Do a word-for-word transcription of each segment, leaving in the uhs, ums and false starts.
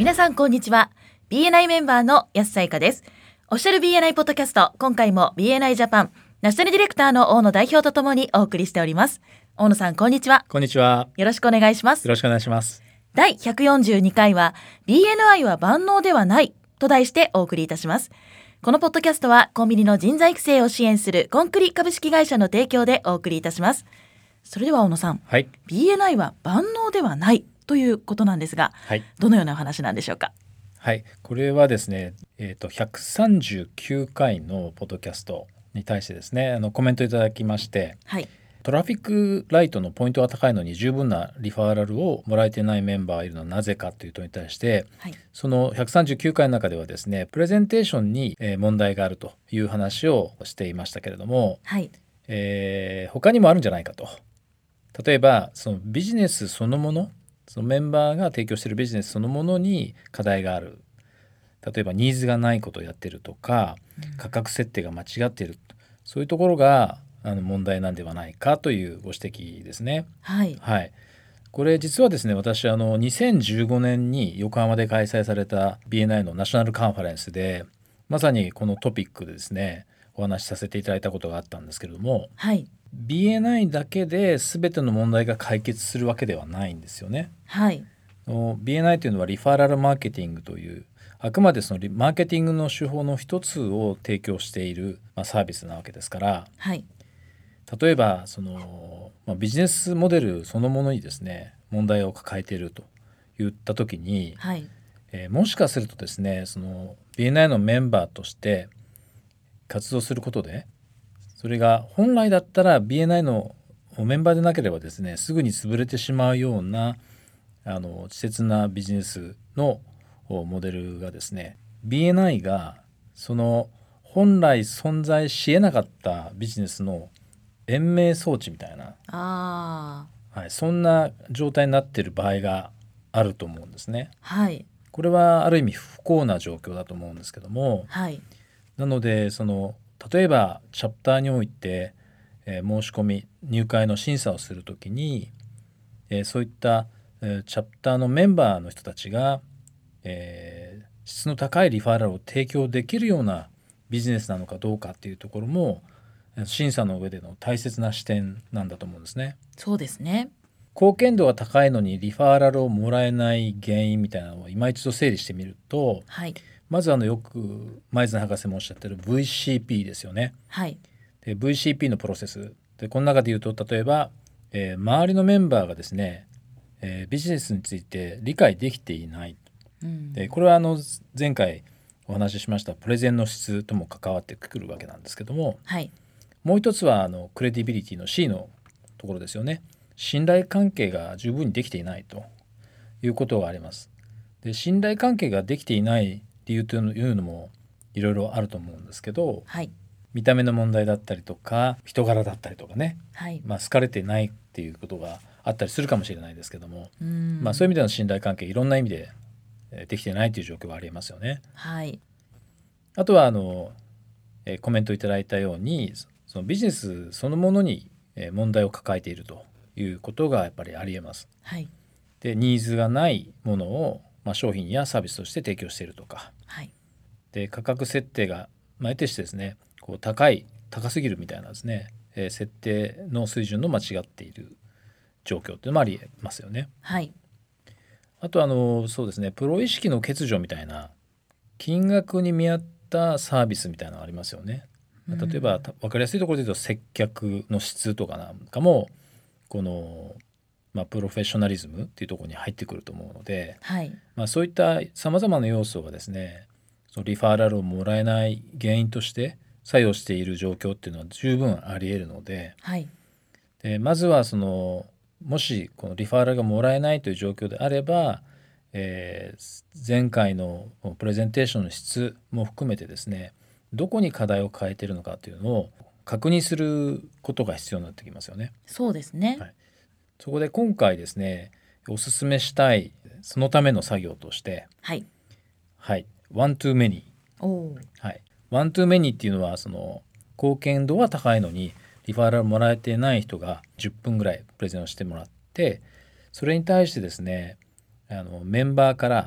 皆さんこんにちは。 ビーエヌアイ メンバーの安さゆかです。オフィシャル ビーエヌアイ ポッドキャスト、今回も ビーエヌアイ ジャパンナショナルディレクターの大野代表とともにお送りしております。大野さんこんにちは。 こんにちは。 よろしくお願いします。 よろしくお願いします。 だいひゃくよんじゅうにかいは ビーエヌアイ は万能ではないと題してお送りいたします。このポッドキャストはコンビニの人材育成を支援するコンクリ株式会社の提供でお送りいたします。それでは大野さん、 はい、 ビーエヌアイ は万能ではないということなんですが、 はい、 どのようなお話なんでしょうか。 はい、これはですね、えーと、ひゃくさんじゅうきゅうかいのポッドキャストに対してですね、あのコメントいただきまして、 はい、 トラフィックライトのポイントが高いのに十分なリファーラルをもらえていないメンバーがいるのはなぜかという問いに対して、はい、そのひゃくさんじゅうきゅうかいの中ではですね、プレゼンテーションに問題があるという話をしていましたけれども、はい、えー、他にもあるんじゃないかと。例えばそのビジネスそのもの、そのメンバーが提供しているビジネスそのものに課題がある。例えばニーズがないことをやってるとか、価格設定が間違っている、そういうところがあの問題なんではないかというご指摘ですね。 はい、 はい、これ実はですね、私あのにせんじゅうごねんに横浜で開催された ビーエヌアイ のナショナルカンファレンスでまさにこのトピックでですねお話しさせていただいたことがあったんですけれども、 はい、 ビーエヌアイ だけで全ての問題が解決するわけではないんですよね。 はい、 ビーエヌアイ というのはリファラルマーケティングというあくまでそのマーケティングの手法の一つを提供している、まあ、サービスなわけですから、 はい、 例えばその、まあ、ビジネスモデルそのものにですね問題を抱えているといった時に、はい、えー、もしかするとですねその ビーエヌアイ のメンバーとして活動することでそれが本来だったら ビーエヌアイ のメンバーでなければですねすぐに潰れてしまうようなあの稚拙なビジネスのモデルがですね ビーエヌアイ がその本来存在し得なかったビジネスの延命装置みたいな、 あ、 はい、そんな状態になっている場合があると思うんですね。 はい、 これはある意味不幸な状況だと思うんですけども、 はい、 なのでその例えばチャプターにおいて、えー、申し込み入会の審査をするときに、えー、そういった、えー、チャプターのメンバーの人たちがえー、質の高いリファーラルを提供できるようなビジネスなのかどうかっていうところも審査の上での大切な視点なんだと思うんですね。 そうですね。 貢献度が高いのにリファーラルをもらえない原因みたいなのを今一度整理してみると、はい、まずあのよく前津博士もおっしゃってる ブイシーピー ですよね。 はい、 で ブイシーピー のプロセスでこの中で言うと例えば、えー、周りのメンバーがですね、えー、ビジネスについて理解できていない。でこれはあの前回お話ししましたプレゼンの質とも関わってくるわけなんですけども、はい、もう一つはあのクレディビリティの シー のところですよね。信頼関係が十分にできていないということがあります。で信頼関係ができていない理由というのもいろいろあると思うんですけど、はい、見た目の問題だったりとか人柄だったりとかね、はい、まあ、好かれてないっていうことがあったりするかもしれないですけども、まあ、そういう意味での信頼関係いろんな意味でできてないという状況はありますよね。はい、あとはあの、えー、コメントいただいたようにそのビジネスそのものに、えー、問題を抱えているということがやっぱりありえます。はい、でニーズがないものを、まあ、商品やサービスとして提供しているとか、はい、で価格設定が、まあ、得てしてですねこう高い高すぎるみたいなですね、えー、設定の水準の間違っている状況っていうのもありえますよね。はい、あとあのそうですねプロ意識の欠如みたいな金額に見合ったサービスみたいなのがありますよね。うん、例えば分かりやすいところで言うと接客の質とかなんかもこの、まあ、プロフェッショナリズムっていうところに入ってくると思うので、はい、まあ、そういったさまざまな要素がですねそのリファーラルをもらえない原因として作用している状況っていうのは十分ありえるので、はい、でまずはそのもしこのリファーラルがもらえないという状況であれば、えー、前回のプレゼンテーションの質も含めてですねどこに課題を変えているのかというのを確認することが必要になってきますよね。 そうですね、はい、 そこで今回ですねおすすめしたいそのための作業としてはいはい one to many お、はい、one to many っていうのはその貢献度は高いのにリファーラルもらえてない人がじゅっぷんぐらいプレゼンをしてもらってそれに対してですねあのメンバーから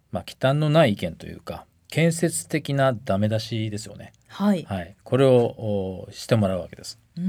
まあ、忌憚のない意見というか建設的なダメ出しですよね。 はい、 はい、これをしてもらうわけです。 うん、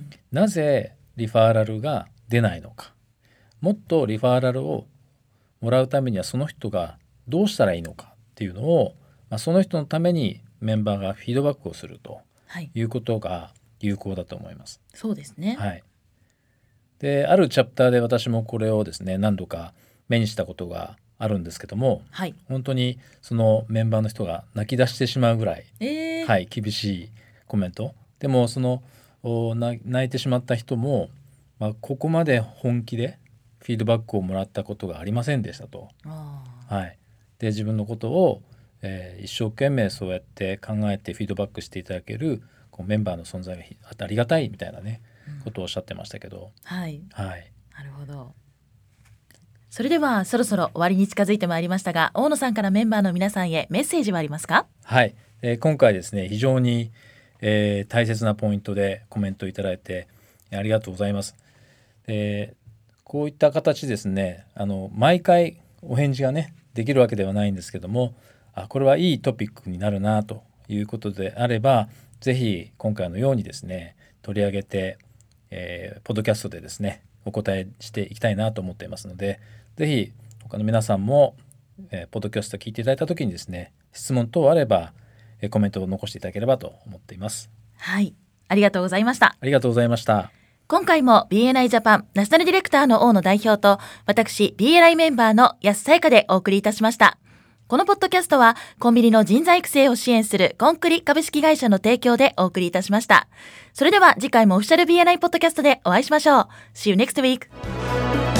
なぜリファーラルが出ないのか、もっとリファーラルをもらうためにはその人がどうしたらいいのかっていうのを、まあ、その人のためにメンバーがフィードバックをするということが有効だと思います。 はい、そうですね。 はい、であるチャプターで私もこれをですね何度か目にしたことがあるんですけども、 はい、 本当にそのメンバーの人が泣き出してしまうぐらい、 えーはい、厳しいコメントでも、その泣いてしまった人も、まあ、ここまで本気でフィードバックをもらったことがありませんでしたと。 あ、 はい、で自分のことを、えー、一生懸命そうやって考えてフィードバックしていただけるこうメンバーの存在がありがたいみたいなね、うん、ことをおっしゃってましたけど、 はい、 はい、 なるほど。それではそろそろ終わりに近づいてまいりましたが、大野さんからメンバーの皆さんへメッセージはありますか？ はい、えー、今回ですね非常に、えー、大切なポイントでコメントいただいてありがとうございます。えー、こういった形ですね、あの毎回お返事がねできるわけではないんですけども、あこれはいいトピックになるなということであれば、ぜひ今回のようにですね取り上げて、えー、ポッドキャストでですねお答えしていきたいなと思っていますので、ぜひ他の皆さんも、えー、ポッドキャスト聞いていただいたときにですね質問等あれば、えー、コメントを残していただければと思っています。 はい、ありがとうございました。 ありがとうございました。 今回も ビーエヌアイ ジャパンナショナルディレクターの大野代表と私 ビーエヌアイ メンバーの安さやかでお送りいたしました。このポッドキャストはコンビニの人材育成を支援するコンクリ株式会社の提供でお送りいたしました。それでは次回もオフィシャル ビーエヌアイ ポッドキャストでお会いしましょう。See you next week!